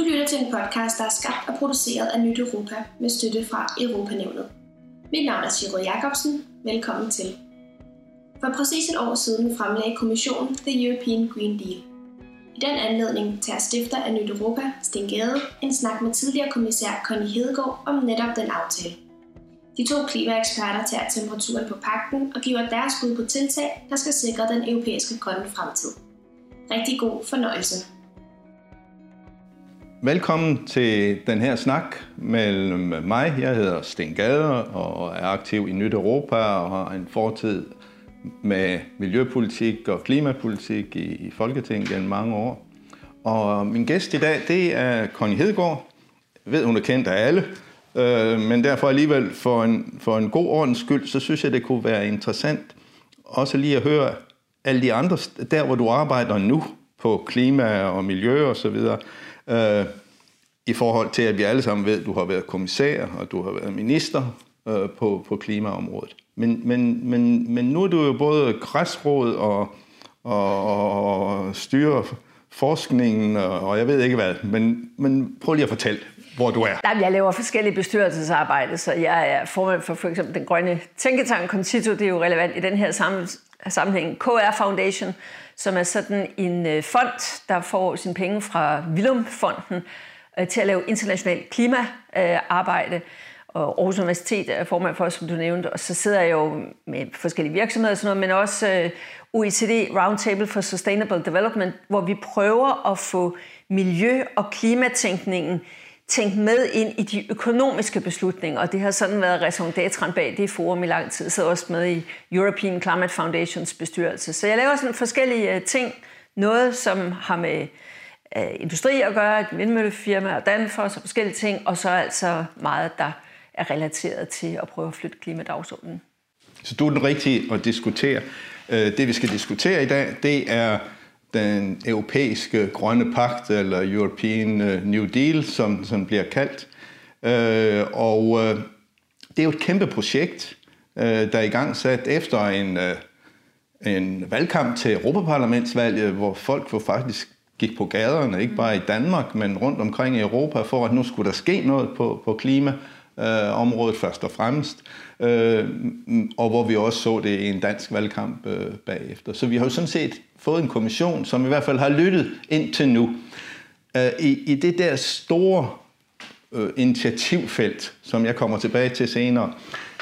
Du lytter til en podcast, der er skabt og produceret af Nyt Europa med støtte fra Europanævnet. Mit navn er Sigrid Jacobsen. Velkommen til. For præcis et år siden fremlagde kommissionen The European Green Deal. I den anledning tager stifter af Nyt Europa, Steen Gade, en snak med tidligere kommissær Connie Hedegaard om netop den aftale. De to klimaeksperter tager temperaturen på pagten og giver deres bud på tiltag, der skal sikre den europæiske grønne fremtid. Rigtig god fornøjelse. Velkommen til den her snak mellem mig. Jeg hedder Steen Gade og er aktiv i Nyt Europa og har en fortid med miljøpolitik og klimapolitik i Folketinget gennem mange år. Og min gæst i dag, det er Connie Hedegaard. Jeg ved, hun er kendt af alle, men derfor alligevel for en god ordens skyld, så synes jeg, det kunne være interessant også lige at høre alle de andre, der hvor du arbejder nu på klima og miljø og så videre, i forhold til, at vi alle sammen ved, at du har været kommissær og du har været minister på klimaområdet. Men nu er du jo både græsråd og styrer forskningen, og jeg ved ikke hvad. Men prøv lige at fortælle, hvor du er. Jeg laver forskellige bestyrelsesarbejde, så jeg er formand for eksempel den grønne tænketank Concito. Det er jo relevant i den her sammenhæng. KR Foundation, som er sådan en fond, der får sine penge fra Willum-fonden til at lave internationalt klimaarbejde. Og Aarhus Universitet er formand for, som du nævnte, og så sidder jeg jo med forskellige virksomheder og sådan noget, men også OECD Roundtable for Sustainable Development, hvor vi prøver at få miljø- og klimatænkningen tænkt med ind i de økonomiske beslutninger, og det har sådan været raison d'être bag det forum i lang tid. Jeg sidder også med i European Climate Foundations bestyrelse. Så jeg laver sådan forskellige ting, noget som har med industri at gøre, et vindmøllefirma og Danfoss og forskellige ting, og så altså meget, der er relateret til at prøve at flytte klimadagsordenen. Så du er den rigtige at diskutere. Det vi skal diskutere i dag, det er den europæiske grønne pagt, eller European New Deal, som bliver kaldt. Og det er jo et kæmpe projekt, der er i gang sat efter en valgkamp til Europaparlamentsvalget, hvor folk faktisk gik på gaderne, ikke bare i Danmark, men rundt omkring i Europa, for at nu skulle der ske noget på klimaområdet først og fremmest, og hvor vi også så det i en dansk valgkamp bagefter. Så vi har jo sådan set fået en kommission, som i hvert fald har lyttet indtil nu. I det der store initiativfelt, som jeg kommer tilbage til senere,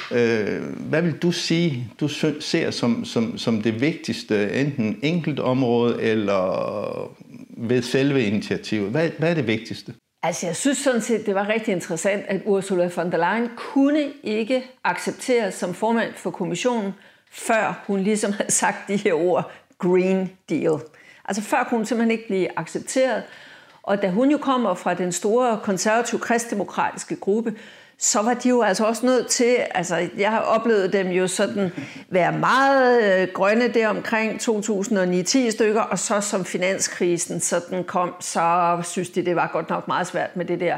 hvad vil du sige, du ser som det vigtigste, enten enkelt område eller ved selve initiativet? Hvad er det vigtigste? Altså, jeg synes sådan set, det var rigtig interessant, at Ursula von der Leyen kunne ikke accepteres som formand for kommissionen, før hun ligesom havde sagt de her ord, Green Deal. Altså, før kunne hun simpelthen ikke blive accepteret. Og da hun jo kommer fra den store konservative kristdemokratiske gruppe, så var de jo altså også nødt til, altså jeg har oplevet dem jo sådan være meget grønne der omkring 2009-10 stykker, og så som finanskrisen sådan kom, så synes de, det var godt nok meget svært med det der.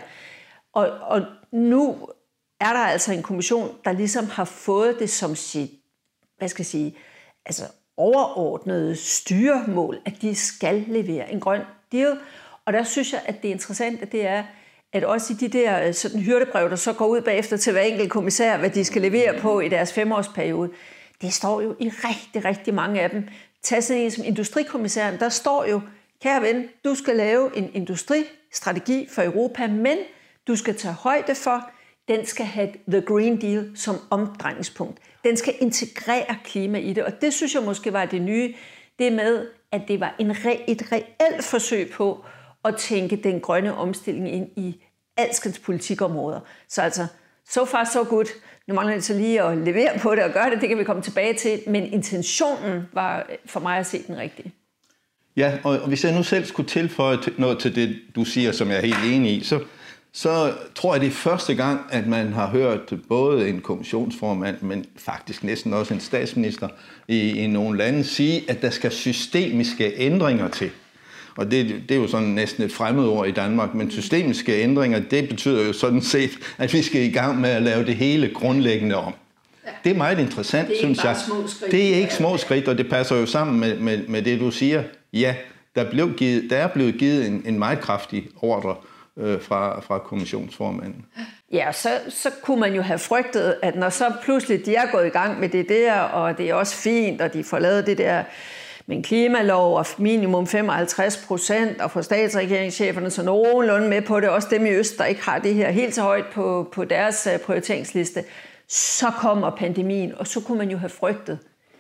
Og nu er der altså en kommission, der ligesom har fået det som sit, hvad skal jeg sige, altså overordnede styremål, at de skal levere en grøn deal. Og der synes jeg, at det interessante, det er, at også i de der sådan hyrdebrev, der så går ud bagefter til hver enkelt kommissær, hvad de skal levere på i deres 5-årsperiode, det står jo i rigtig, rigtig mange af dem. Tag sådan en som industrikommissæren, der står jo, kære ven, du skal lave en industristrategi for Europa, men du skal tage højde for, den skal have The Green Deal som omdrejningspunkt. Den skal integrere klima i det, og det synes jeg måske var det nye, det med, at det var et reelt forsøg på at tænke den grønne omstilling ind i alskens politikområder. Så altså, so far so good. Nu mangler det så lige at levere på det og gøre det, det kan vi komme tilbage til, men intentionen var for mig at se den rigtige. Ja, og hvis jeg nu selv skulle tilføje noget til det, du siger, som jeg er helt enig i, så tror jeg, det er første gang, at man har hørt både en kommissionsformand, men faktisk næsten også en statsminister i nogle lande sige, at der skal systemiske ændringer til. Og det er jo sådan næsten et fremmedord i Danmark, men systemiske ændringer, det betyder jo sådan set, at vi skal i gang med at lave det hele grundlæggende om. Ja. Det er meget interessant, synes jeg. Det er ikke små skridt, og det passer jo sammen med det, du siger. Ja, der er blevet givet en meget kraftig ordre fra kommissionsformanden. Ja, så kunne man jo have frygtet, at når så pludselig de er gået i gang med det der, og det er også fint, og de får lavet det der med en klimalov og minimum 55%, og får statsregeringscheferne så nogenlunde med på det, også dem i Øst, der ikke har det her helt så højt på deres prioriteringsliste, så kommer pandemien, og så kunne man jo have frygtet,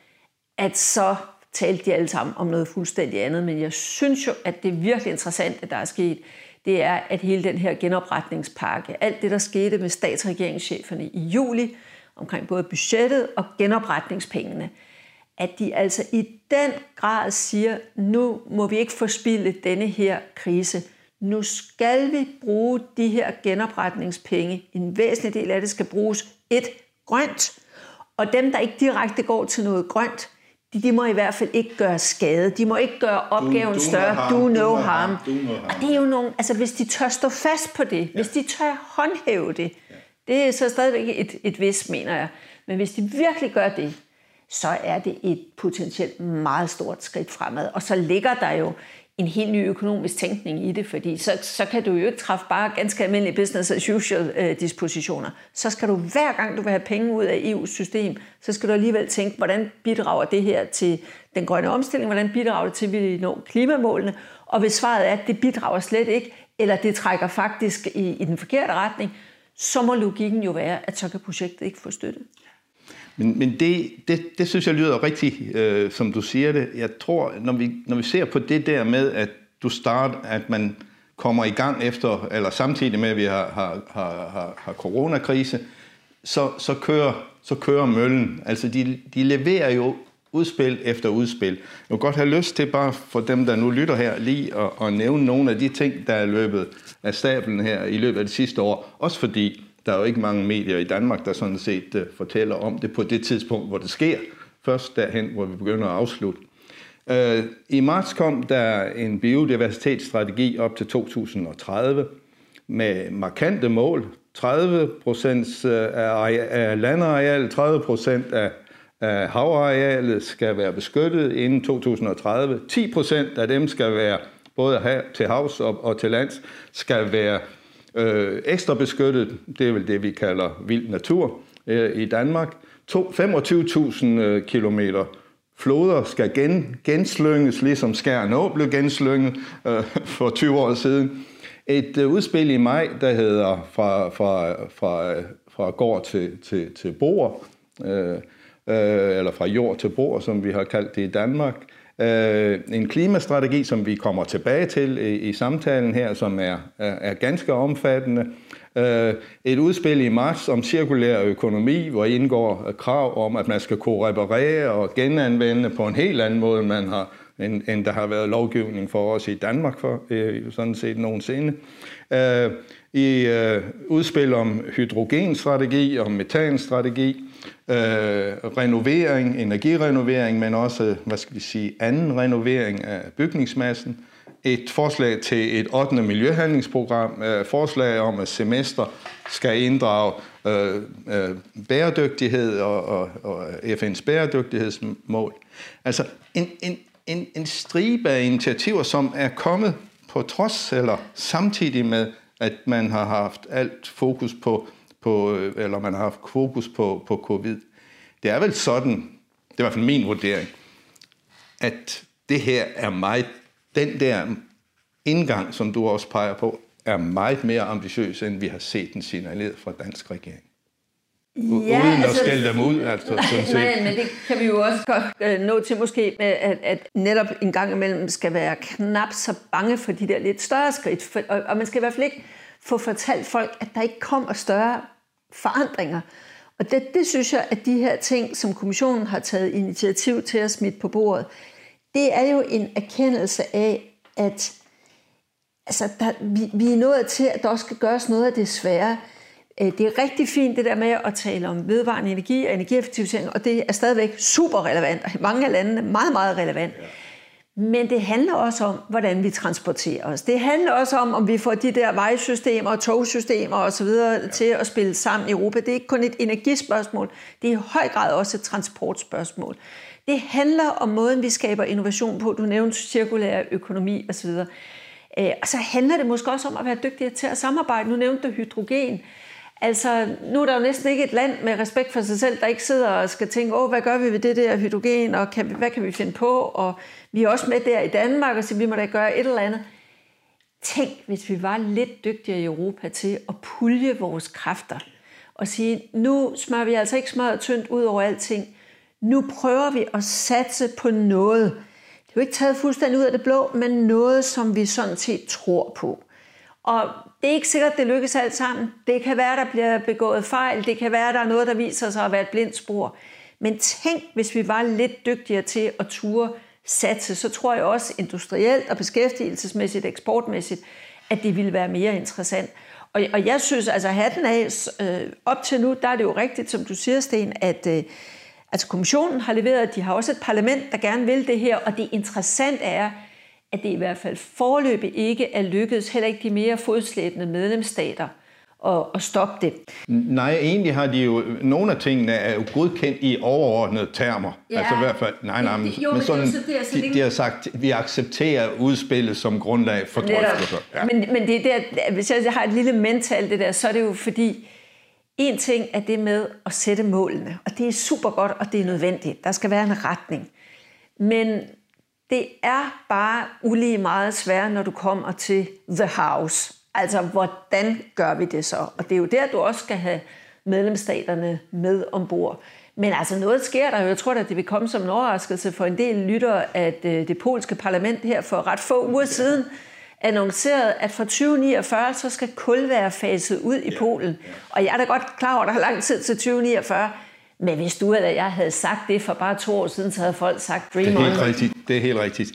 at så talte de alle sammen om noget fuldstændig andet. Men jeg synes jo, at det er virkelig interessant, at der er sket, det er, at hele den her genopretningspakke, alt det, der skete med statsregeringscheferne i juli, omkring både budgettet og genopretningspengene, at de altså i den grad siger, nu må vi ikke forspilde denne her krise. Nu skal vi bruge de her genopretningspenge. En væsentlig del af det skal bruges grønt. Og dem, der ikke direkte går til noget grønt, de må i hvert fald ikke gøre skade. De må ikke gøre opgaven større. Do no harm. Og det er jo nogen, altså hvis de tør stå fast på det, hvis de tør håndhæve det, det er så stadigvæk et vis, mener jeg. Men hvis de virkelig gør det, så er det et potentielt meget stort skridt fremad. Og så ligger der jo en helt ny økonomisk tænkning i det, fordi så kan du jo ikke træffe bare ganske almindelige business as usual dispositioner. Så skal du hver gang, du vil have penge ud af EU's system, så skal du alligevel tænke, hvordan bidrager det her til den grønne omstilling, hvordan bidrager det til, at vi når klimamålene, og hvis svaret er, at det bidrager slet ikke, eller det trækker faktisk i den forkerte retning, så må logikken jo være, at så kan projektet ikke få støtte. Men det synes jeg lyder rigtigt, som du siger det. Jeg tror, når vi ser på det der med, at at man kommer i gang efter, eller samtidig med, at vi har coronakrise, så kører møllen. Altså, de leverer jo udspil efter udspil. Jeg vil godt have lyst til, bare for dem, der nu lytter her, lige at nævne nogle af de ting, der er løbet af stablen her i løbet af det sidste år. Også fordi der er jo ikke mange medier i Danmark, der sådan set fortæller om det på det tidspunkt, hvor det sker. Først derhen, hvor vi begynder at afslutte. I marts kom der en biodiversitetsstrategi op til 2030 med markante mål. 30% af landarealet, 30% af havarealet skal være beskyttet inden 2030. 10% af dem skal være både til havs og til lands, skal være ekstra beskyttet. Det er vel det, vi kalder vild natur i Danmark. 25.000 kilometer floder skal genslynges, ligesom Skjern Å blev genslynget for 20 år siden. Et udspil i maj, der hedder fra gård til bord, eller fra jord til bord, som vi har kaldt det i Danmark. En klimastrategi, som vi kommer tilbage til i samtalen her, som er ganske omfattende. Et udspil i marts om cirkulær økonomi, hvor indgår krav om, at man skal kunne reparere og genanvende på en helt anden måde, end der har været lovgivning for os i Danmark for sådan set nogensinde. I udspil om hydrogenstrategi og metanstrategi, renovering, energirenovering, men også, anden renovering af bygningsmassen. Et forslag til et 8. miljøhandlingsprogram, forslag om, at semester skal inddrage bæredygtighed og FN's bæredygtighedsmål. Altså en stribe af initiativer, som er kommet på trods eller samtidig med, at man har haft alt fokus eller man har haft fokus på covid. Det er vel sådan, det er i hvert fald min vurdering, at det her er meget, den der indgang, som du også peger på, er meget mere ambitiøs, end vi har set den signaleret fra dansk regering. Uden at skælde dem ud. Nej, men det kan vi jo også godt nå til måske, at netop en gang imellem skal være knap så bange for de der lidt større skridt. Og man skal i hvert fald ikke få fortalt folk, at der ikke kommer større forandringer. Og det synes jeg, at de her ting, som kommissionen har taget initiativ til at smide på bordet, det er jo en erkendelse af, at altså, vi er nået til, at der også skal gøres noget af det svære. Det er rigtig fint det der med at tale om vedvarende energi og energieffektivisering, og det er stadigvæk super relevant, og i mange af landene meget, meget relevant. Men det handler også om, hvordan vi transporterer os. Det handler også om vi får de der vejsystemer og togsystemer og så videre til at spille sammen i Europa. Det er ikke kun et energispørgsmål, det er i høj grad også et transportspørgsmål. Det handler om måden, vi skaber innovation på. Du nævnte cirkulær økonomi og så videre. Og så handler det måske også om at være dygtigere til at samarbejde. Nu nævnte du hydrogen. Altså, nu er der jo næsten ikke et land med respekt for sig selv, der ikke sidder og skal tænke, hvad gør vi ved det der hydrogen, og hvad kan vi finde på? Og vi er også med der i Danmark, og så vi må da gøre et eller andet. Tænk, hvis vi var lidt dygtigere i Europa til at pulje vores kræfter og sige, nu smører vi altså ikke smøret tyndt ud over alting. Nu prøver vi at satse på noget. Det er jo ikke taget fuldstændig ud af det blå, men noget, som vi sådan set tror på. Og det er ikke sikkert, det lykkes alt sammen. Det kan være, der bliver begået fejl. Det kan være, der er noget, der viser sig at være et blindt spor. Men tænk, hvis vi var lidt dygtigere til at ture satse, så tror jeg også industrielt og beskæftigelsesmæssigt, eksportmæssigt, at det ville være mere interessant. Og jeg synes, altså hatten af, op til nu, der er det jo rigtigt, som du siger, Sten, at altså kommissionen har leveret, de har også et parlament, der gerne vil det her, og det interessante er, at det i hvert fald foreløbig ikke er lykkedes, heller ikke de mere fodslæbende medlemsstater, at stoppe det. Nej, egentlig har de jo, nogle af tingene er jo godkendt i overordnede termer. Ja. Altså i hvert fald, men sådan, de har sagt, at vi accepterer udspillet som grundlag for drøftelser. Ja. Men det er der, hvis jeg har et lille mental det der, så er det jo fordi, en ting er det med at sætte målene, og det er super godt, og det er nødvendigt. Der skal være en retning. Men det er bare ulige meget svært, når du kommer til the house. Altså, hvordan gør vi det så? Og det er jo der, du også skal have medlemsstaterne med ombord. Men altså, noget sker der jo. Jeg tror, at det vil komme som en overraskelse for en del lyttere, at det polske parlament her for ret få uger siden annoncerede, at fra 2049, så skal kul være faset ud i Polen. Og jeg er da godt klar over, at der er lang tid til 2049. Men hvis du eller jeg havde sagt det for bare 2 år siden, så havde folk sagt dream on. Det er helt rigtigt.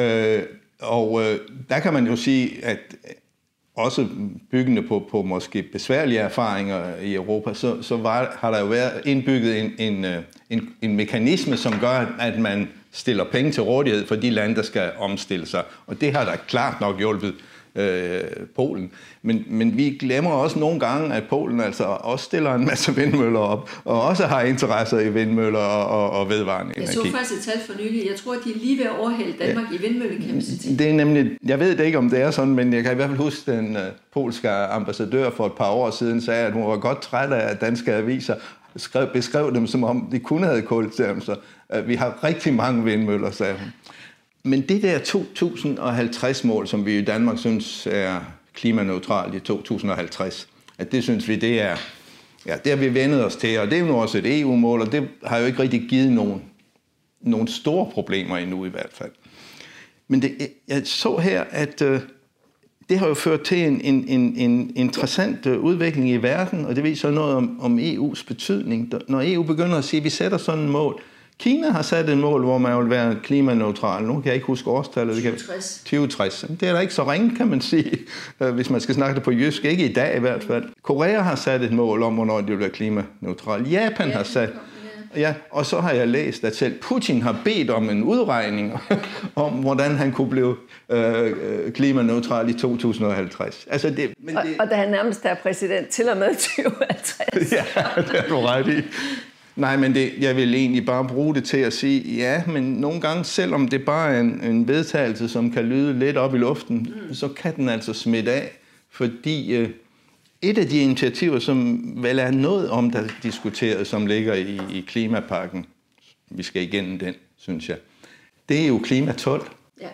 Der kan man jo sige, at også byggende på måske besværlige erfaringer i Europa, har der jo været indbygget en mekanisme, som gør, at man stiller penge til rådighed for de lande, der skal omstille sig. Og det har da klart nok hjulpet Polen. Men vi glemmer også nogle gange, at Polen altså også stiller en masse vindmøller op, og også har interesser i vindmøller og vedvarende energi. Jeg så faktisk et tal for nylig. Jeg tror, at de er lige ved at overhælde Danmark i vindmøllekapacitet. Det er nemlig, jeg ved det ikke, om det er sådan, men jeg kan i hvert fald huske, den polske ambassadør for et par år siden sagde, at hun var godt træt af, at danske aviser beskrev dem, som om de kun havde kulstærmelser. Vi har rigtig mange vindmøller, sagde hun. Men det der 2050-mål, som vi i Danmark synes er klimaneutralt i 2050, at det synes vi, det har vi vendet os til, og det er jo også et EU-mål, og det har jo ikke rigtig givet nogle store problemer endnu i hvert fald. Men jeg så her, at det har jo ført til en interessant udvikling i verden, og det viser noget om EU's betydning. Når EU begynder at sige, at vi sætter sådan et mål. Kina har sat et mål, hvor man vil være klimaneutral. Nu kan jeg ikke huske årstallet. 2060. Det er da ikke så ringe, kan man sige, hvis man skal snakke det på jysk. Ikke i dag i hvert fald. Korea har sat et mål om, hvornår de vil være klimaneutral. Japan har sat. Ja, og så har jeg læst, at selv Putin har bedt om en udregning om, hvordan han kunne blive klimaneutral i 2050. Altså og da han nærmest er præsident til og med 2050. Ja, det er du ret i. Nej, men jeg vil egentlig bare bruge det til at sige, ja, men nogle gange, selvom det bare er en vedtagelse, som kan lyde lidt op i luften, så kan den altså smitte af, fordi et af de initiativer, som vel er noget om, der diskuteret, som ligger i klimapakken, vi skal igennem den, synes jeg, det er jo klimatol.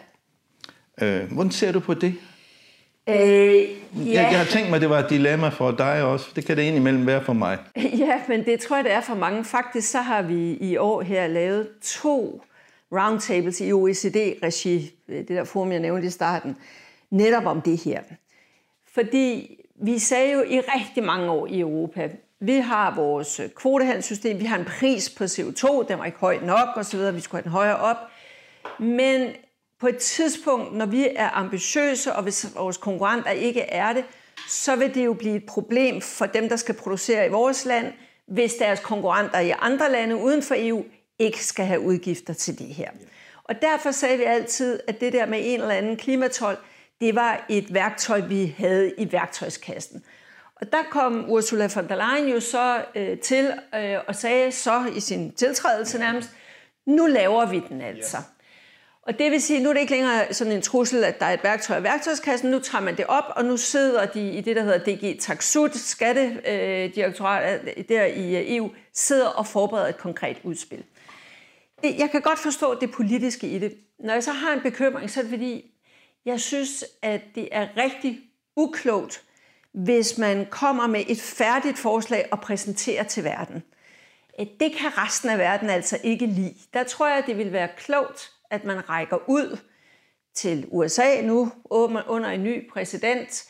Ja. Hvordan ser du på det? Jeg har tænkt mig, at det var et dilemma for dig også. Det kan det indimellem være for mig. Ja, men det tror jeg, det er for mange. Faktisk så har vi i år her lavet 2 roundtables i OECD-regi, det der forum, jeg nævnte i starten, netop om det her. Fordi vi sagde jo i rigtig mange år i Europa, vi har vores kvotehandelssystem, vi har en pris på CO2, den var ikke høj nok osv., vi skulle have den højere op. Men på et tidspunkt, når vi er ambitiøse, og hvis vores konkurrenter ikke er det, så vil det jo blive et problem for dem, der skal producere i vores land, hvis deres konkurrenter i andre lande uden for EU ikke skal have udgifter til det her. Og derfor sagde vi altid, at det der med en eller anden klimatol, det var et værktøj, vi havde i værktøjskassen. Og der kom Ursula von der Leyen jo så til og sagde så i sin tiltrædelse nærmest, nu laver vi den altså. Og det vil sige, nu er det ikke længere sådan en trussel, at der er et værktøj i værktøjskassen. Nu tager man det op, og nu sidder de i det, der hedder DG Taksud, skattedirektorat der i EU, sidder og forbereder et konkret udspil. Jeg kan godt forstå det politiske i det. Når jeg så har en bekymring, så er det fordi, jeg synes, at det er rigtig uklogt, hvis man kommer med et færdigt forslag og præsenterer til verden. Det kan resten af verden altså ikke lide. Der tror jeg, det vil være klogt, at man rækker ud til USA nu under en ny præsident,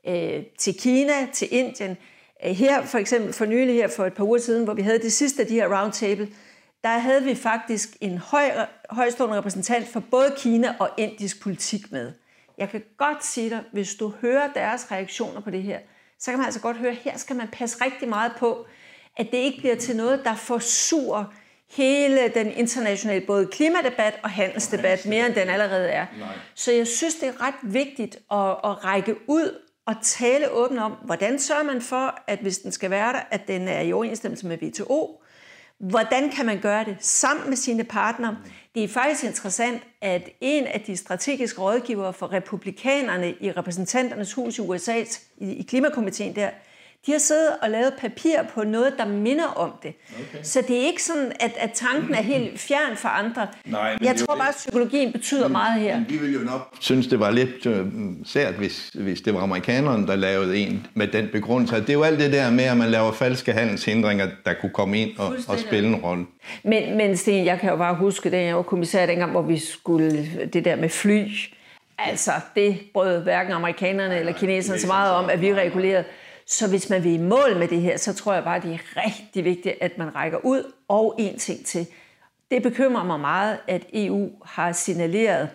til Kina, til Indien. Her for eksempel for nylig, her for et par uger siden, hvor vi havde det sidste af de her roundtable, der havde vi faktisk en højstående repræsentant for både Kina og indisk politik med. Jeg kan godt sige dig, hvis du hører deres reaktioner på det her, så kan man altså godt høre, at her skal man passe rigtig meget på, at det ikke bliver til noget, der forsurer hele den internationale både klimadebat og handelsdebat, mere end den allerede er. Så jeg synes, det er ret vigtigt at række ud og tale åbent om, hvordan sørger man for, at hvis den skal være der, at den er i overensstemmelse med WTO. Hvordan kan man gøre det sammen med sine partnere? Det er faktisk interessant, at en af de strategiske rådgivere for republikanerne i repræsentanternes hus i USA, i klimakomiteen der, de har siddet og lavet papir på noget, der minder om det. Okay. Så det er ikke sådan, at tanken er helt fjern for andre. Nej, jeg tror bare, at psykologien betyder meget her. Men vi vil jo nok synes, det var lidt sært, hvis det var amerikanerne, der lavede en med den begrundelse. Det er jo alt det der med, at man laver falske handelshindringer, der kunne komme ind og spille en rolle. Men Sten, jeg kan jo bare huske, da jeg var kommissær dengang, hvor vi skulle det der med fly. Altså, det brød hverken amerikanerne eller kineserne så meget om, at vi regulerede. Så hvis man vil i mål med det her, så tror jeg bare, det er rigtig vigtigt, at man rækker ud. Og en ting til. Det bekymrer mig meget, at EU har signaleret,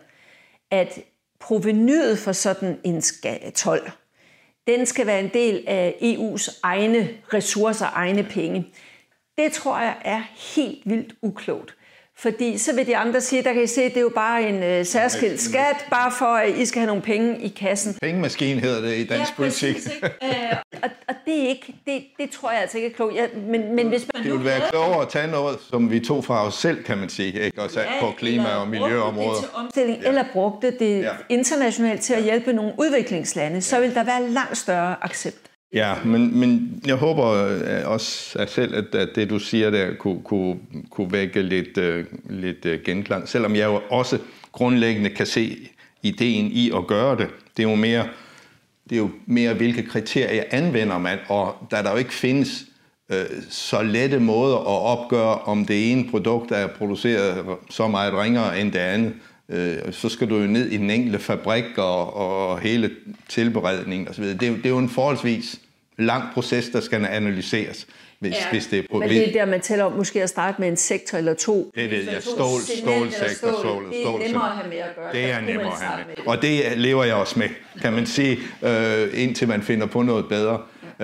at provenyet for sådan en told, den skal være en del af EU's egne ressourcer, egne penge. Det tror jeg er helt vildt uklogt. Fordi så vil de andre sige, der kan I se, det er jo bare en særskilt skat, bare for at I skal have nogle penge i kassen. Pengemaskine hedder det i dansk politik. Og det er ikke, det tror jeg altså ikke er klogt. Men hvis man det ville være klogere at tage noget, som vi tog fra os selv, kan man sige, ikke? Også på klima- og miljøområder. Eller brugte det internationalt til at hjælpe nogle udviklingslande, så vil der være langt større accept. Ja, men jeg håber også at selv, at det, du siger der, kunne vække lidt genklang. Selvom jeg jo også grundlæggende kan se ideen i at gøre det. Det er jo mere hvilke kriterier anvender man, og da der jo ikke findes så lette måder at opgøre, om det ene produkt er produceret så meget ringere end det andet, så skal du jo ned i den enkelte fabrik og hele tilberedningen osv. Det er jo en forholdsvis lang proces, der skal analyseres, hvis det er problem. Men det er der, man tæller om måske at starte med en sektor eller to. Det ved jeg. Stålsektor. Det er nemmere at have med at gøre. Det er nemmere at have med. Og det lever jeg også med, kan man sige, indtil man finder på noget bedre,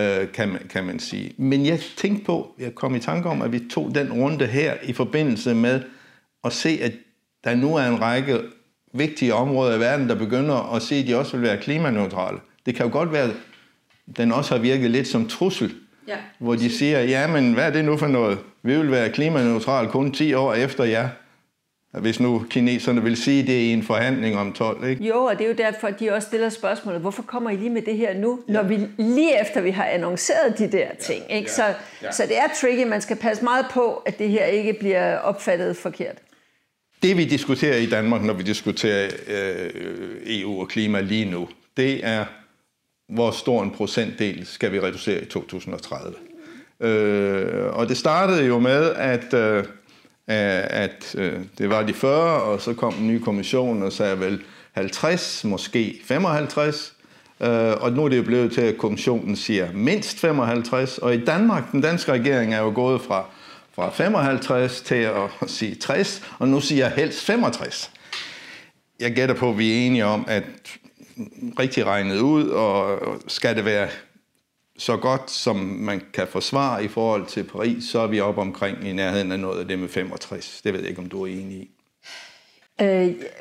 kan man sige. Men jeg tænkte på, jeg kom i tanke om, at vi tog den runde her i forbindelse med at se, at der nu er en række vigtige områder i verden, der begynder at se, at de også vil være klimaneutrale. Det kan jo godt være, at den også har virket lidt som trussel, hvor de siger, ja, men hvad er det nu for noget? Vi vil være klimaneutrale kun 10 år efter jer. Hvis nu kineserne vil sige det i en forhandling om 12, ikke? Jo, og det er jo derfor, at de også stiller spørgsmålet, hvorfor kommer I lige med det her nu, når vi lige efter vi har annonceret de der ting, ikke? Så det er tricky, man skal passe meget på, at det her ikke bliver opfattet forkert. Det vi diskuterer i Danmark, når vi diskuterer EU og klima lige nu, det er, hvor stor en procentdel skal vi reducere i 2030. Og det startede jo med, at det var de 40, og så kom en ny kommission og sagde vel 50, måske 55. Og nu er det jo blevet til, at kommissionen siger mindst 55. Og i Danmark, den danske regering er jo gået fra 55 til at sige 60, og nu siger jeg helst 65. Jeg gætter på, at vi er enige om, at rigtig regnet ud, og skal det være så godt, som man kan forsvare i forhold til Paris, så er vi oppe omkring i nærheden af noget af det med 65. Det ved jeg ikke, om du er enig i.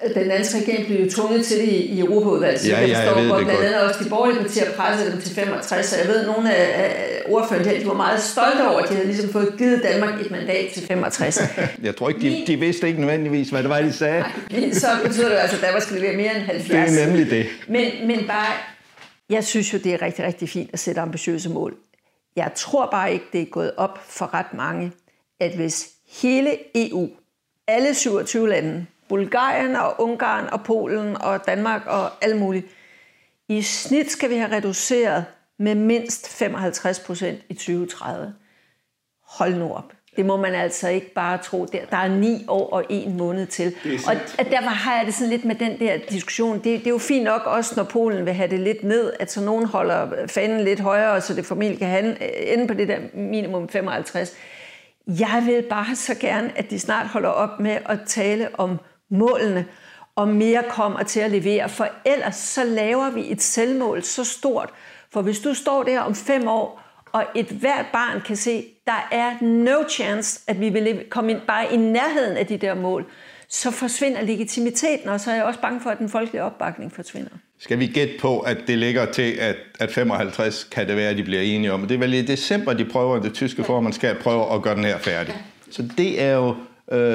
Den danske regering blev jo tvunget til det i Europaudvalget. Ja, jeg ved det godt. Blandt andet også de borgerlige partier pressede dem til 65, så jeg ved, at nogle af ordførerne de var meget stolte over, at de havde ligesom fået givet Danmark et mandat til 65. Jeg tror ikke, de vidste ikke nødvendigvis, hvad det var, de sagde. Nej, så betyder det altså, at Danmark skal levere mere end 70. Det er nemlig det. Men bare, jeg synes jo, det er rigtig, rigtig fint at sætte ambitiøse mål. Jeg tror bare ikke, det er gået op for ret mange, at hvis hele EU, alle 27 lande, Bulgarien og Ungarn og Polen og Danmark og alle mulige, i snit skal vi have reduceret med mindst 55% i 2030. Hold nu op. Det må man altså ikke bare tro. Der er 9 år og 1 måned til. Og derfor har jeg det sådan lidt med den der diskussion. Det er jo fint nok også, når Polen vil have det lidt ned, at så nogen holder fanen lidt højere, så det formentlig kan ende på det der minimum 55. Jeg vil bare så gerne, at de snart holder op med at tale om målene, og mere kommer til at levere. For ellers så laver vi et selvmål så stort. For hvis du står der om 5 år, og et hvert barn kan se, der er no chance, at vi vil komme ind bare i nærheden af de der mål, så forsvinder legitimiteten, og så er jeg også bange for, at den folkelige opbakning forsvinder. Skal vi gætte på, at det ligger til, at 55 kan det være, at de bliver enige om? Det er vel i december, de prøver, det tyske formandskab prøver at gøre den her færdig. Så det er jo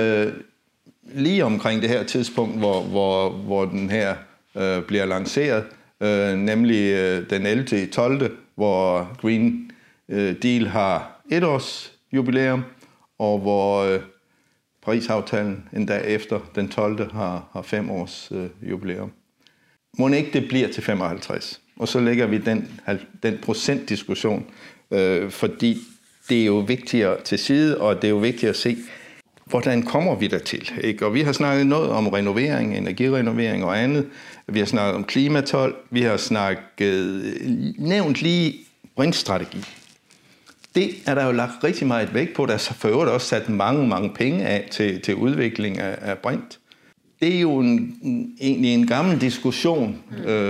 lige omkring det her tidspunkt, hvor den her bliver lanceret, nemlig den 11.12., hvor Green Deal har 1 års jubilæum, og hvor Paris-aftalen endda efter den 12. har 5 års jubilæum. Må ikke det bliver til 55? Og så lægger vi den procentdiskussion, fordi det er jo vigtigere til side, og det er jo vigtigt at se, hvordan kommer vi dertil? Ikke? Og vi har snakket noget om renovering, energirenovering og andet. Vi har snakket om klimatol. Vi har nævnt lige brintstrategi. Det er der jo lagt rigtig meget vægt på. Der er for øvrigt også sat mange penge af til udvikling af brint. Det er jo egentlig en gammel diskussion,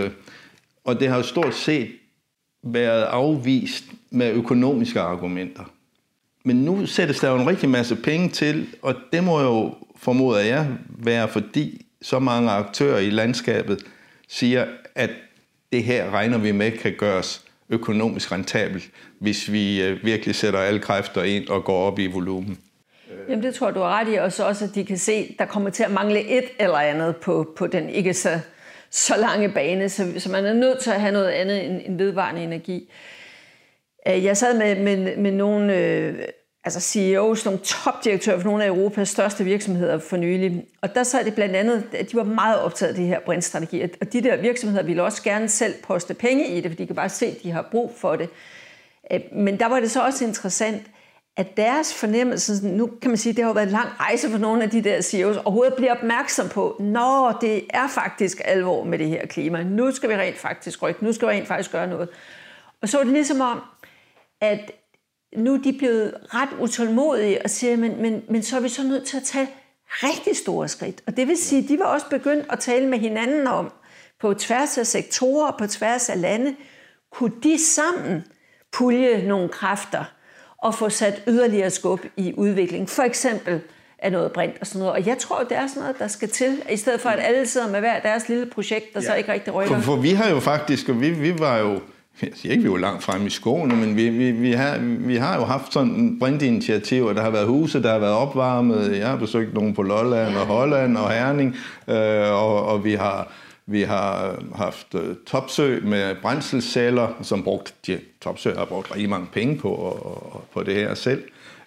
og det har jo stort set været afvist med økonomiske argumenter. Men nu sættes der jo en rigtig masse penge til, og det må jo, formoder jeg, være fordi så mange aktører i landskabet siger, at det her regner vi med kan gøres økonomisk rentabelt, hvis vi virkelig sætter alle kræfter ind og går op i volumen. Jamen det tror jeg, du har ret i, og så også, at de kan se, at der kommer til at mangle et eller andet på den ikke så lange bane, så man er nødt til at have noget andet end vedvarende energi. Jeg sad med nogle CEOs, nogle topdirektører for nogle af Europas største virksomheder for nylig, og der sad det blandt andet, at de var meget optaget af det her brintstrategi, og de der virksomheder ville også gerne selv poste penge i det, for de kan bare se, at de har brug for det. Men der var det så også interessant, at deres fornemmelse, nu kan man sige, det har jo været en lang rejse for nogle af de der CEOs, overhovedet bliver opmærksom på, når det er faktisk alvor med det her klima. Nu skal vi rent faktisk rykke, nu skal vi rent faktisk gøre noget. Og så var det ligesom om, at nu er de blevet ret utålmodige og siger, men så er vi så nødt til at tage rigtig store skridt. Og det vil sige, at de var også begyndt at tale med hinanden om, på tværs af sektorer, på tværs af lande, kunne de sammen pulje nogle kræfter og få sat yderligere skub i udvikling. For eksempel af noget brint og sådan noget. Og jeg tror, det er sådan noget, der skal til, i stedet for at alle sidder med hver deres lille projekt, der så ikke rigtig rykker. For vi har jo faktisk, og vi var jo, jeg siger ikke, vi var langt fremme i skoene, men vi har jo haft sådan brintinitiativer. Der har været huse, der har været opvarmet. Jeg har besøgt nogle på Lolland og Holland og Herning, og vi har haft Topsø med brændselsceller, som Topsø har brugt rigtig mange penge på det her selv,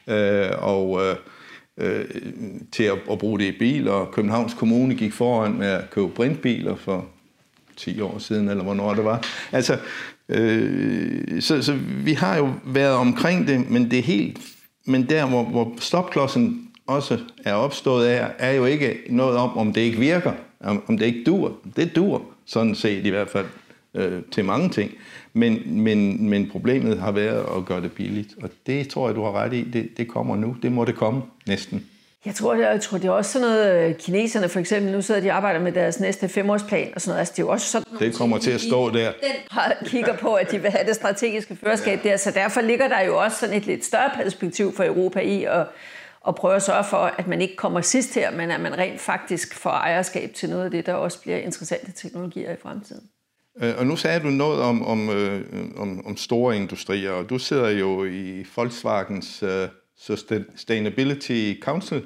til at bruge det i biler. Københavns Kommune gik foran med at købe brintbiler for 10 år siden, eller hvornår det var. Altså, så vi har jo været omkring det, men der, hvor stopklodsen også er opstået af, er jo ikke noget om det ikke virker, om det ikke dur. Det dur, sådan set i hvert fald, til mange ting. Men problemet har været at gøre det billigt, og det tror jeg, du har ret i. Det kommer nu. Det må det komme næsten. Jeg tror, det er også sådan noget, kineserne for eksempel, nu sidder de og arbejder med deres næste 5-årsplan og sådan noget. Altså, det er jo også sådan det kommer til at stå der. Den kigger på, at de vil have det strategiske førerskab der, så derfor ligger der jo også sådan et lidt større perspektiv for Europa i og prøve at sørge for, at man ikke kommer sidst her, men at man rent faktisk får ejerskab til noget af det, der også bliver interessante teknologier i fremtiden. Og nu sagde du noget om store industrier, og du sidder jo i Volkswagens Sustainability Council.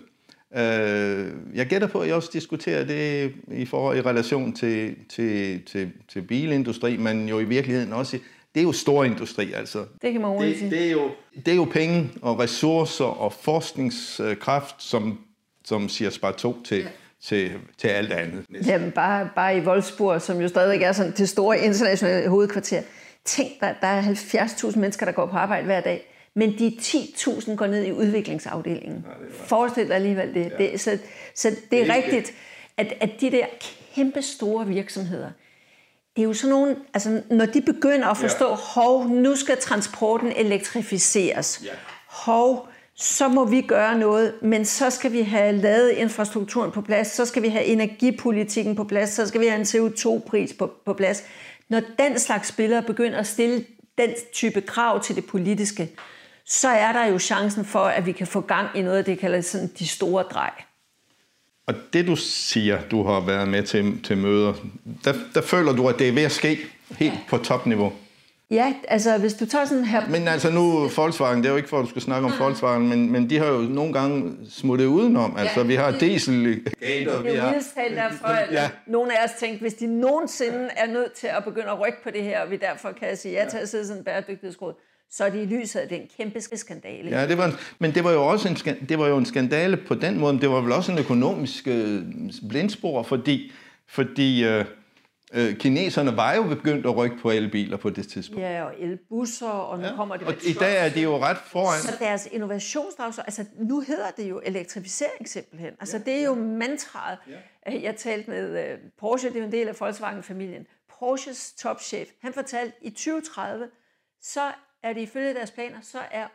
Jeg gætter på, at jeg også diskuterer det i relation til bilindustri, men jo i virkeligheden også, det er jo stor industri, altså. Det kan man roligt sige. Det er jo penge og ressourcer og forskningskraft, som siger spar 2 til alt andet. Jamen bare i Wolfsburg, som jo stadig er sådan det store internationale hovedkvarter. Tænk dig, der er 70.000 mennesker, der går på arbejde hver dag, men de 10.000 går ned i udviklingsafdelingen. Forestil dig alligevel det. Ja. Så det er rigtigt, at de der kæmpe store virksomheder, det er jo sådan nogle, altså når de begynder at forstå, hov, nu skal transporten elektrificeres, hov, så må vi gøre noget, men så skal vi have lavet infrastrukturen på plads, så skal vi have energipolitikken på plads, så skal vi have en CO2-pris på plads. Når den slags spillere begynder at stille den type krav til det politiske, så er der jo chancen for, at vi kan få gang i noget, det kalder sådan de store drej. Og det du siger, du har været med til møder, der føler du, at det er ved at ske helt på topniveau? Ja, altså hvis du tager sådan her... Men altså nu, Volkswagen, det er jo ikke for, at du skal snakke om Volkswagen, men de har jo nogle gange smuttet udenom. Altså vi har Dieselgate. Det er jo mildest talt derfor, at nogle af os tænkte, hvis de nogensinde er nødt til at begynde at rykke på det her, og vi derfor kan sige ja til at sidde sådan en bæredygtighedsråd, så er det i lyset af den kæmpe skandale. Ja, det var jo også en skandale på den måde, men det var vel også en økonomisk blindspor, fordi kineserne var jo begyndt at rykke på elbiler på det tidspunkt. Ja, og elbusser, og nu kommer det med og i dag er de jo ret foran. Så deres innovationsdagsorden, altså nu hedder det jo elektrificering simpelthen. Altså det er jo mantraet. Jeg talte med Porsche, det er jo en del af Volkswagen-familien. Porsches topchef, han fortalte, at i 2030, så er det ifølge deres planer, så er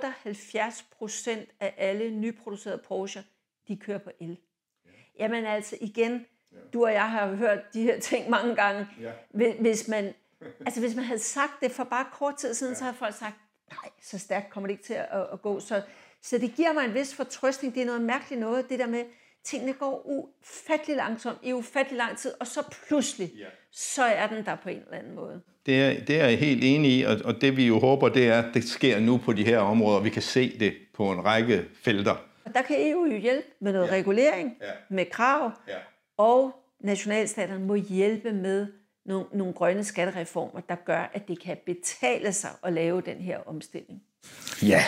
78% af alle nyproducerede Porsche, de kører på el. Jamen altså igen, du og jeg har hørt de her ting mange gange. Hvis man havde sagt det for bare kort tid siden, så havde folk sagt, nej, så stærkt kommer det ikke til at gå. Så det giver mig en vis fortrøstning. Det er noget mærkeligt noget, det der med, tingene går ufattelig langsomt i ufattelig lang tid, og så pludselig, så er den der på en eller anden måde. Det er jeg helt enig i, og det vi jo håber, det er, at det sker nu på de her områder. Vi kan se det på en række felter. Og der kan EU jo hjælpe med noget regulering, med krav, og nationalstaterne må hjælpe med nogle grønne skattereformer, der gør, at det kan betale sig at lave den her omstilling. Ja,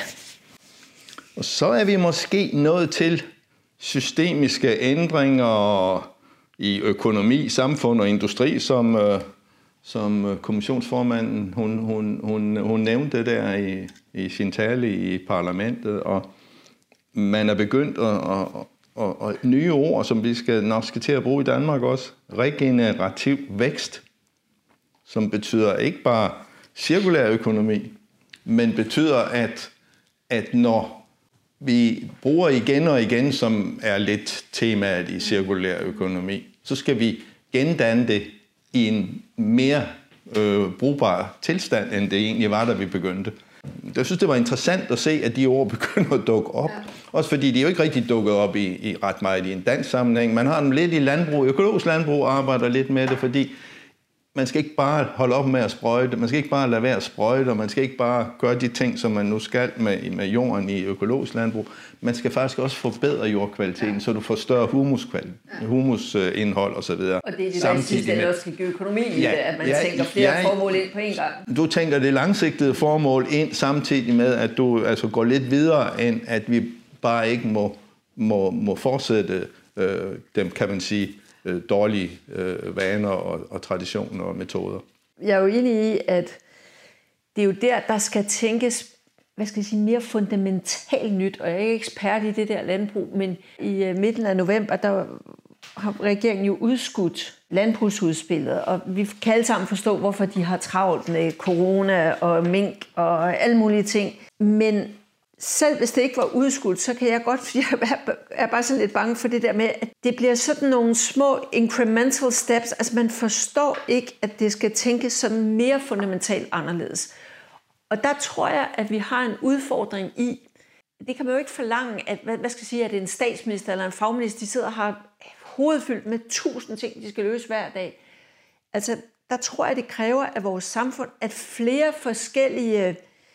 og så er vi måske nået til systemiske ændringer i økonomi, samfund og industri, som kommissionsformanden hun nævnte der i sin tale i parlamentet, og man er begyndt og nye ord, som vi nok skal til at bruge i Danmark også. Regenerativ vækst, som betyder ikke bare cirkulær økonomi, men betyder, at når vi bruger igen og igen, som er lidt temaet i cirkulær økonomi, så skal vi gendanne det i en mere brugbar tilstand, end det egentlig var, da vi begyndte. Jeg synes, det var interessant at se, at de ord begynder at dukke op. Også fordi de jo ikke rigtig dukket op i ret meget i en dansk sammenhæng. Man har dem lidt i landbrug, økologisk landbrug arbejder lidt med det, fordi man skal ikke bare holde op med at sprøjte, man skal ikke bare lade være at sprøjte, og man skal ikke bare gøre de ting, som man nu skal med jorden i økologisk landbrug. Man skal faktisk også forbedre jordkvaliteten, så du får større humusindhold osv. Og det er det, der sidste, der også skal give økonomi i det, at man tænker flere formål ind på en gang. Du tænker det langsigtede formål ind, samtidig med, at du altså går lidt videre, end at vi bare ikke må fortsætte dem, kan man sige, dårlige vaner og traditioner og metoder. Jeg er jo enig i, at det er jo der skal tænkes, mere fundamentalt nyt, og jeg er ikke ekspert i det der landbrug, men i midten af november, der har regeringen jo udskudt landbrugsudspillet, og vi kan alle sammen forstå, hvorfor de har travlt med corona og mink og alle mulige ting. Men selv hvis det ikke var udskudt, så kan jeg godt, jeg er bare sådan lidt bange for det der med, at det bliver sådan nogle små incremental steps. Altså man forstår ikke, at det skal tænkes sådan mere fundamentalt anderledes. Og der tror jeg, at vi har en udfordring i, det kan man jo ikke forlange, at, hvad skal jeg sige, at en statsminister eller en fagminister, de sidder og har hovedet fyldt med 1000 ting, de skal løse hver dag. Altså, der tror jeg, det kræver af vores samfund, at flere forskellige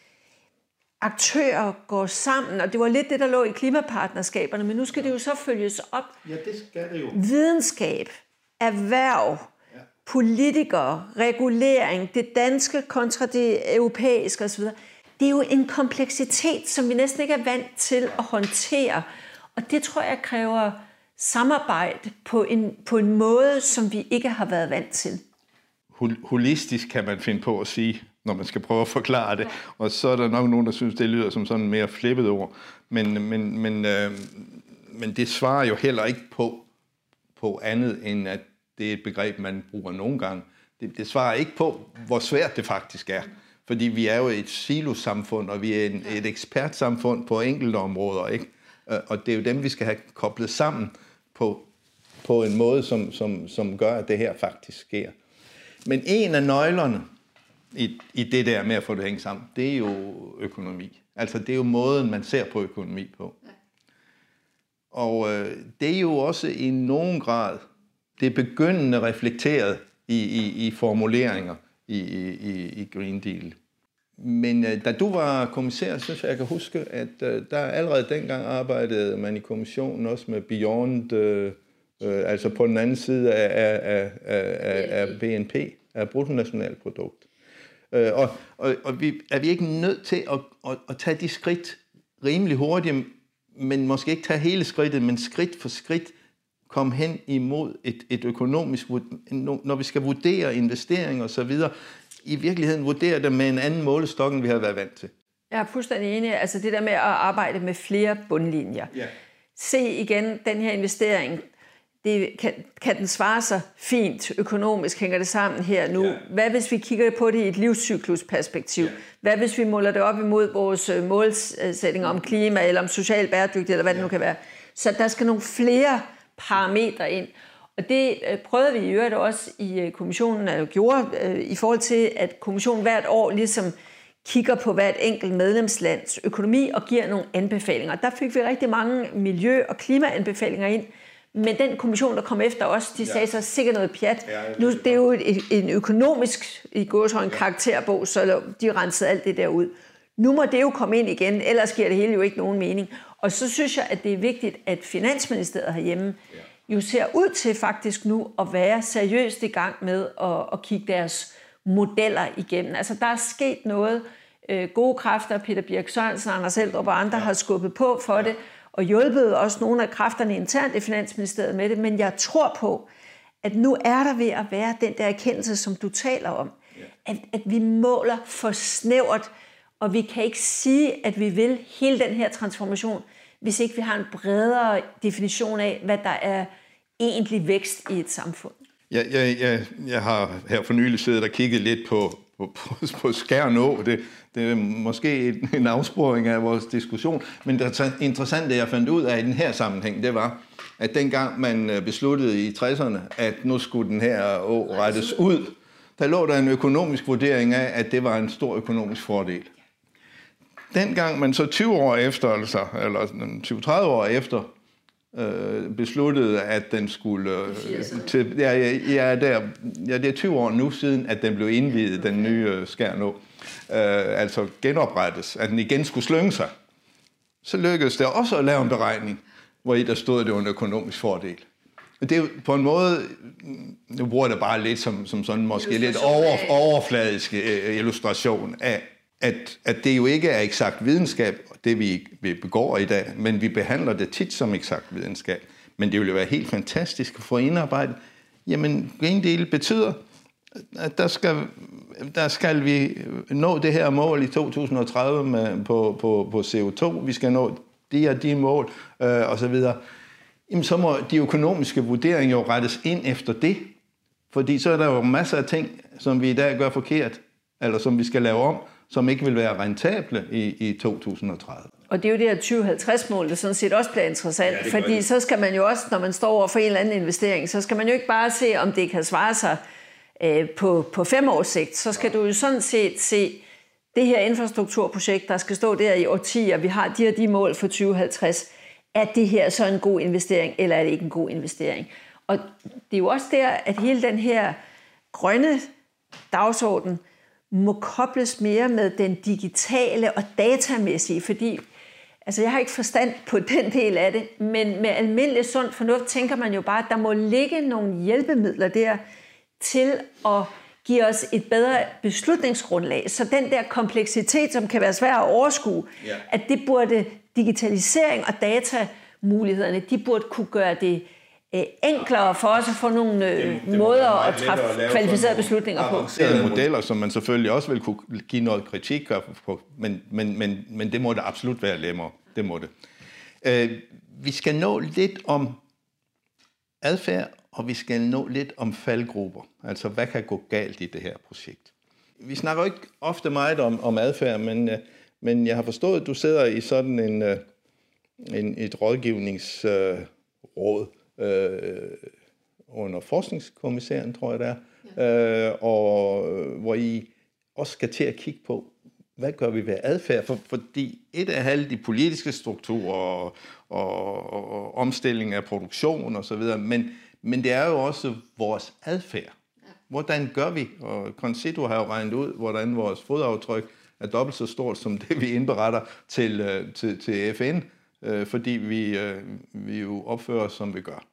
aktører går sammen, og det var lidt det, der lå i klimapartnerskaberne, men nu skal det jo så følges op. Ja, det skal det jo. Videnskab, erhverv, politikere, regulering, det danske kontra det europæiske osv., det er jo en kompleksitet, som vi næsten ikke er vant til at håndtere, og det tror jeg kræver samarbejde på en måde, som vi ikke har været vant til. Holistisk kan man finde på at sige, når man skal prøve at forklare det. Og så er der nok nogen, der synes, det lyder som sådan mere flippet ord. Men det svarer jo heller ikke på andet, end at det er et begreb, man bruger nogle gange. Det svarer ikke på, hvor svært det faktisk er. Fordi vi er jo et silosamfund, og vi er et ekspertsamfund på enkelte områder, ikke? Og det er jo dem, vi skal have koblet sammen på en måde, som gør, at det her faktisk sker. Men en af nøglerne i det der med at få det hængt sammen, det er jo økonomi. Altså det er jo måden, man ser på økonomi på. Og det er jo også i nogen grad det begyndende reflekteret i formuleringer i Green Deal. Men da du var kommissær, synes jeg kan huske, at der allerede dengang arbejdede man i kommissionen også med Beyond, altså på den anden side af BNP, af bruttonationalprodukt. Og er vi ikke nødt til at tage de skridt rimelig hurtigt, men måske ikke tage hele skridtet, men skridt for skridt komme hen imod et økonomisk, når vi skal vurdere investeringer og så videre, i virkeligheden vurdere det med en anden målestok, end vi har været vant til. Jeg er fuldstændig enig. Altså det der med at arbejde med flere bundlinjer. Yeah. Se igen den her investering. Kan den svare sig fint økonomisk? Hænger det sammen her nu? Yeah. Hvad hvis vi kigger på det i et livscyklusperspektiv? Yeah. Hvad hvis vi måler det op imod vores målsætninger om klima eller om social bæredygtighed, eller hvad det nu kan være? Så der skal nogle flere parametre ind. Og det prøvede vi i øvrigt også i kommissionen, at gjorde i forhold til, at kommissionen hvert år ligesom kigger på hvert enkelt medlemslands økonomi og giver nogle anbefalinger. Der fik vi rigtig mange miljø- og klimaanbefalinger ind, men den kommission, der kom efter os, de sagde så sikkert noget pjat. Nu, det er jo en økonomisk i gåseøjne karakterbog, så de rensede alt det der ud. Nu må det jo komme ind igen, ellers giver det hele jo ikke nogen mening. Og så synes jeg, at det er vigtigt, at Finansministeriet herhjemme jo ser ud til faktisk nu at være seriøst i gang med at kigge deres modeller igennem. Altså der er sket noget. Gode kræfter, Peter Birch Sørensen, Anders Eldrup og andre har skubbet på for det, og hjulpet også nogle af kræfterne internt i Finansministeriet med det. Men jeg tror på, at nu er der ved at være den der erkendelse, som du taler om. At vi måler for snævert, og vi kan ikke sige, at vi vil hele den her transformation, hvis ikke vi har en bredere definition af, hvad der er egentlig vækst i et samfund. Jeg har her for nylig siddet og kigget lidt på Skjern Å. Det er måske en afsporing af vores diskussion, men det interessante, jeg fandt ud af i den her sammenhæng, det var, at dengang man besluttede i 60'erne, at nu skulle den her å rettes ud, der lå der en økonomisk vurdering af, at det var en stor økonomisk fordel. Dengang man så 20 år efter, eller 20-30 år efter, besluttede, at den skulle... det er 20 år nu siden, at den blev indviet, den nye Skjern Å. Altså genoprettes, at den igen skulle slynge sig. Så lykkedes det også at lave en beregning, hvor i der stod, at det var en økonomisk fordel. Det er jo på en måde, nu bruger det bare lidt som sådan måske lidt overfladisk illustration af, at det jo ikke er eksakt videnskab, det vi begår i dag, men vi behandler det tit som eksakt videnskab. Men det ville jo være helt fantastisk at få indarbejdet. Jamen, Green Deal betyder, at der skal vi nå det her mål i 2030 på CO2. Vi skal nå de mål, og så videre. Jamen, så må de økonomiske vurderinger jo rettes ind efter det. Fordi så er der jo masser af ting, som vi i dag gør forkert, eller som vi skal lave om, som ikke vil være rentable i 2030. Og det er jo det her 2050-mål, der sådan set også bliver interessant, fordi så skal man jo også, når man står over for en eller anden investering, så skal man jo ikke bare se, om det kan svare sig på 5 års sigt, så skal du jo sådan set se det her infrastrukturprojekt, der skal stå der i årtier, vi har de mål for 2050, er det her så en god investering, eller er det ikke en god investering? Og det er jo også der, at hele den her grønne dagsorden må kobles mere med den digitale og datamæssige, fordi altså jeg har ikke forstand på den del af det, men med almindelig sund fornuft tænker man jo bare, at der må ligge nogle hjælpemidler der til at give os et bedre beslutningsgrundlag. Så den der kompleksitet, som kan være svær at overskue, at det burde digitalisering og datamulighederne, de burde kunne gøre det enklere for os at få nogle måder at træffe kvalificerede beslutninger på. Avancerede modeller, som man selvfølgelig også vil kunne give noget kritik på, men det må det absolut være lemmer. Det må det. Vi skal nå lidt om adfærd, og vi skal nå lidt om faldgrupper. Altså, hvad kan gå galt i det her projekt? Vi snakker ikke ofte meget om adfærd, men jeg har forstået, at du sidder i sådan et rådgivningsråd, under forskningskommissæren, tror jeg det er, og hvor I også skal til at kigge på, hvad gør vi ved adfærd? Fordi et af alle de politiske strukturer og omstilling af produktion og så videre, men det er jo også vores adfærd. Hvordan gør vi? Og Concito har jo regnet ud, hvordan vores fodaftryk er dobbelt så stort som det, vi indberetter til FN, fordi vi jo opfører os, som vi gør.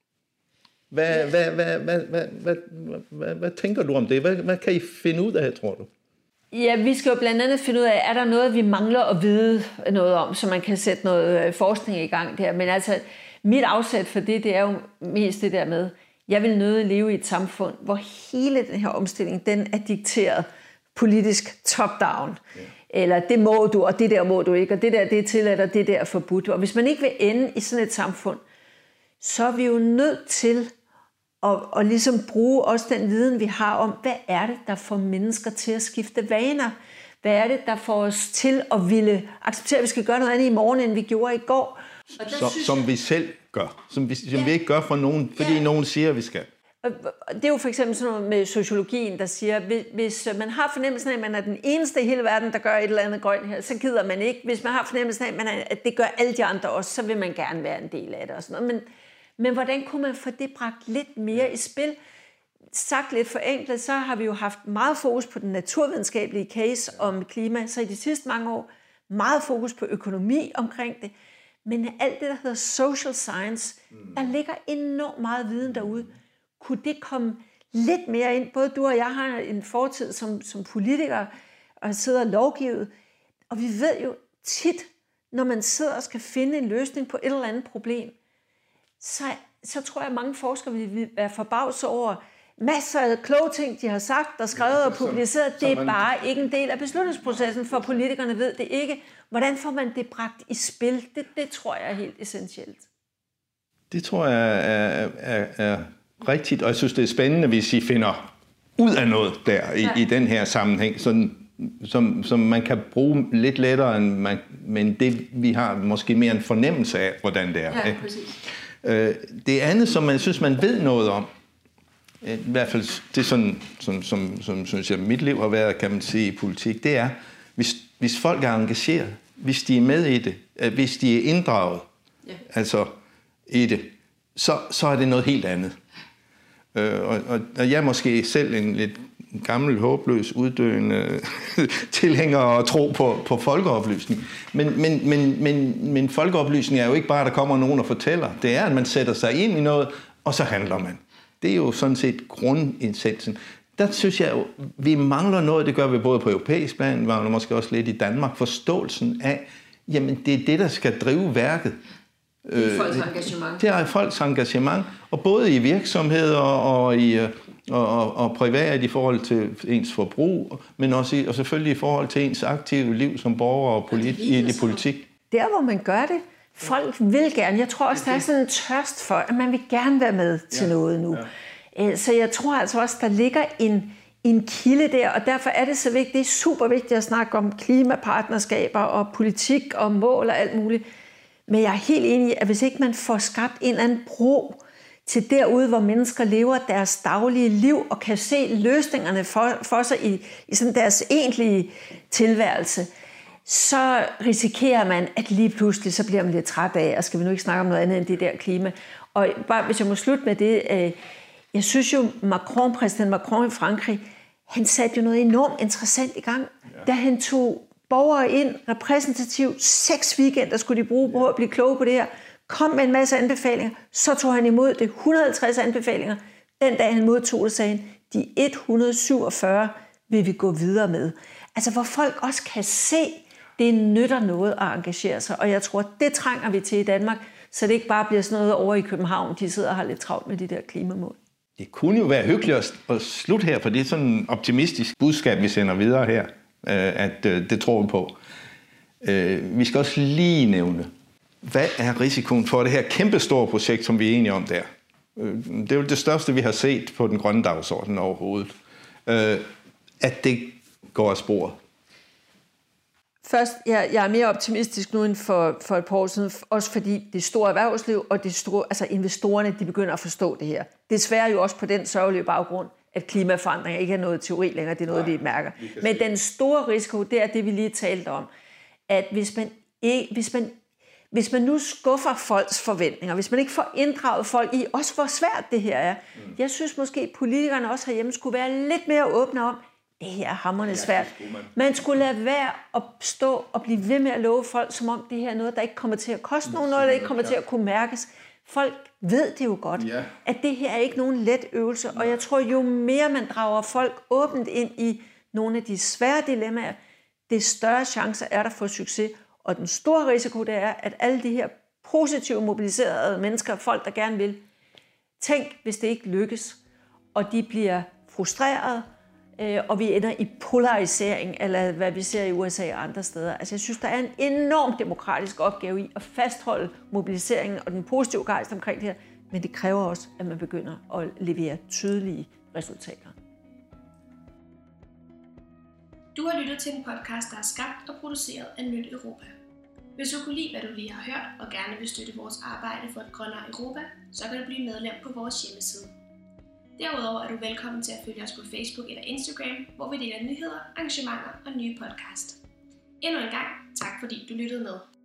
Hvad tænker du om det? Hvad kan I finde ud af, tror du? Ja, vi skal jo blandt andet finde ud af, er der noget, vi mangler at vide noget om, så man kan sætte noget forskning i gang der. Men altså, mit afsæt for det er jo mest det der med, jeg vil nødig leve i et samfund, hvor hele den her omstilling, den er dikteret politisk top-down. Ja. Eller det må du, og det der må du ikke, og det der det er tilladt, og det der er forbudt. Og hvis man ikke vil ende i sådan et samfund, så er vi jo nødt til at ligesom bruge også den viden, vi har om, hvad er det, der får mennesker til at skifte vaner? Hvad er det, der får os til at ville acceptere, at vi skal gøre noget andet i morgen, end vi gjorde i går? Som vi selv gør. Som vi ikke gør for nogen, fordi nogen siger, at vi skal. Det er jo for eksempel sådan noget med sociologien, der siger, hvis man har fornemmelsen af, at man er den eneste i hele verden, der gør et eller andet grønt her, så gider man ikke. Hvis man har fornemmelsen af, at det gør alle de andre også, så vil man gerne være en del af det og sådan noget. Men hvordan kunne man få det bragt lidt mere i spil? Sagt lidt forenklet, så har vi jo haft meget fokus på den naturvidenskabelige case om klima, så i de sidste mange år meget fokus på økonomi omkring det. Men alt det, der hedder social science, der ligger enormt meget viden derude. Kunne det komme lidt mere ind? Både du og jeg har en fortid som politikere og sidder og lovgivet. Og vi ved jo tit, når man sidder og skal finde en løsning på et eller andet problem, så tror jeg, at mange forskere vil være forbavset over masser af kloge ting, de har sagt og skrevet og publiceret. Det er bare ikke en del af beslutningsprocessen, for politikerne ved det ikke. Hvordan får man det bragt i spil? Det tror jeg er helt essentielt. Det tror jeg er rigtigt, og jeg synes, det er spændende, hvis I finder ud af noget der i den her sammenhæng, som man kan bruge lidt lettere, men det vi har måske mere en fornemmelse af, hvordan det er. Ja, præcis. Det andet, som man synes, man ved noget om, i hvert fald det sådan, som synes jeg, mit liv har været, kan man sige, i politik, det er, hvis folk er engageret, hvis de er med i det, hvis de er inddraget, altså i det, så er det noget helt andet. Og jeg er måske selv en lidt gammel, håbløs, uddøende tilhænger og tro på folkeoplysning. Men folkeoplysning er jo ikke bare, at der kommer nogen og fortæller. Det er, at man sætter sig ind i noget, og så handler man. Det er jo sådan set grundindsatsen. Der synes jeg jo, vi mangler noget, det gør vi både på europæisk plan, men måske også lidt i Danmark, forståelsen af, jamen det er det, der skal drive værket. Det er folks engagement. Det er folks engagement, og både i virksomheder og privat i forhold til ens forbrug, men også og selvfølgelig i forhold til ens aktive liv som borger og i politik. Der, hvor man gør det, folk vil gerne. Jeg tror også, der er sådan en tørst for, at man vil gerne være med til noget nu. Ja. Så jeg tror altså også, der ligger en kilde der, og derfor er det så vigtigt. Det er super vigtigt at snakke om klimapartnerskaber og politik og mål og alt muligt. Men jeg er helt enig i, at hvis ikke man får skabt en eller anden bro til derude, hvor mennesker lever deres daglige liv og kan se løsningerne for sig i sådan deres egentlige tilværelse, så risikerer man, at lige pludselig så bliver man lidt træt af, og skal vi nu ikke snakke om noget andet end det der klima. Og bare hvis jeg må slutte med det, jeg synes jo, præsident Macron i Frankrig, han satte jo noget enormt interessant i gang, da han tog borgere ind repræsentativt. 6 weekender skulle de bruge på at blive kloge på det her. Kom med en masse anbefalinger, så tog han imod det. 150 anbefalinger. Den dag han modtog det, sagde han, de 147 vil vi gå videre med. Altså hvor folk også kan se, det nytter noget at engagere sig. Og jeg tror, det trænger vi til i Danmark, så det ikke bare bliver sådan noget over i København. De sidder og har lidt travlt med de der klimamål. Det kunne jo være hyggeligt at slutte her, for det er sådan en optimistisk budskab, vi sender videre her, at det tror vi på. Vi skal også lige nævne, hvad er risikoen for det her kæmpestore projekt, som vi er enige om der? Det er jo det største, vi har set på den grønne dagsorden overhovedet. At det går af sporet. Først, jeg er mere optimistisk nu end for et par år siden, også fordi det store erhvervsliv og det store, altså investorerne, de begynder at forstå det her. Desværre jo også på den sørgelige baggrund, at klimaforandringer ikke er noget teori længere, det er noget, de mærker. Men den store risiko, det er det, vi lige talte om, at hvis man nu skuffer folks forventninger, hvis man ikke får inddraget folk i, også hvor svært det her er, jeg synes måske, at politikerne også herhjemme skulle være lidt mere åbne om, det her er hamrende svært. Man skulle lade være at stå og blive ved med at love folk, som om det her er noget, der ikke kommer til at koste nogen, noget, der ikke kommer til at kunne mærkes. Folk ved det jo godt, at det her er ikke nogen let øvelse, og jeg tror, jo mere man drager folk åbent ind i nogle af de svære dilemmaer, det større chancer er der for succes. Og den store risiko, det er, at alle de her positive mobiliserede mennesker, folk, der gerne vil, tænk, hvis det ikke lykkes, og de bliver frustreret, og vi ender i polarisering, eller hvad vi ser i USA og andre steder. Altså jeg synes, der er en enorm demokratisk opgave i at fastholde mobiliseringen og den positive gejst omkring det her, men det kræver også, at man begynder at levere tydelige resultater. Du har lyttet til en podcast, der er skabt og produceret af Nyt Europa. Hvis du kunne lide, hvad du lige har hørt, og gerne vil støtte vores arbejde for et grønnere Europa, så kan du blive medlem på vores hjemmeside. Derudover er du velkommen til at følge os på Facebook eller Instagram, hvor vi deler nyheder, arrangementer og nye podcast. Endnu en gang, tak fordi du lyttede med.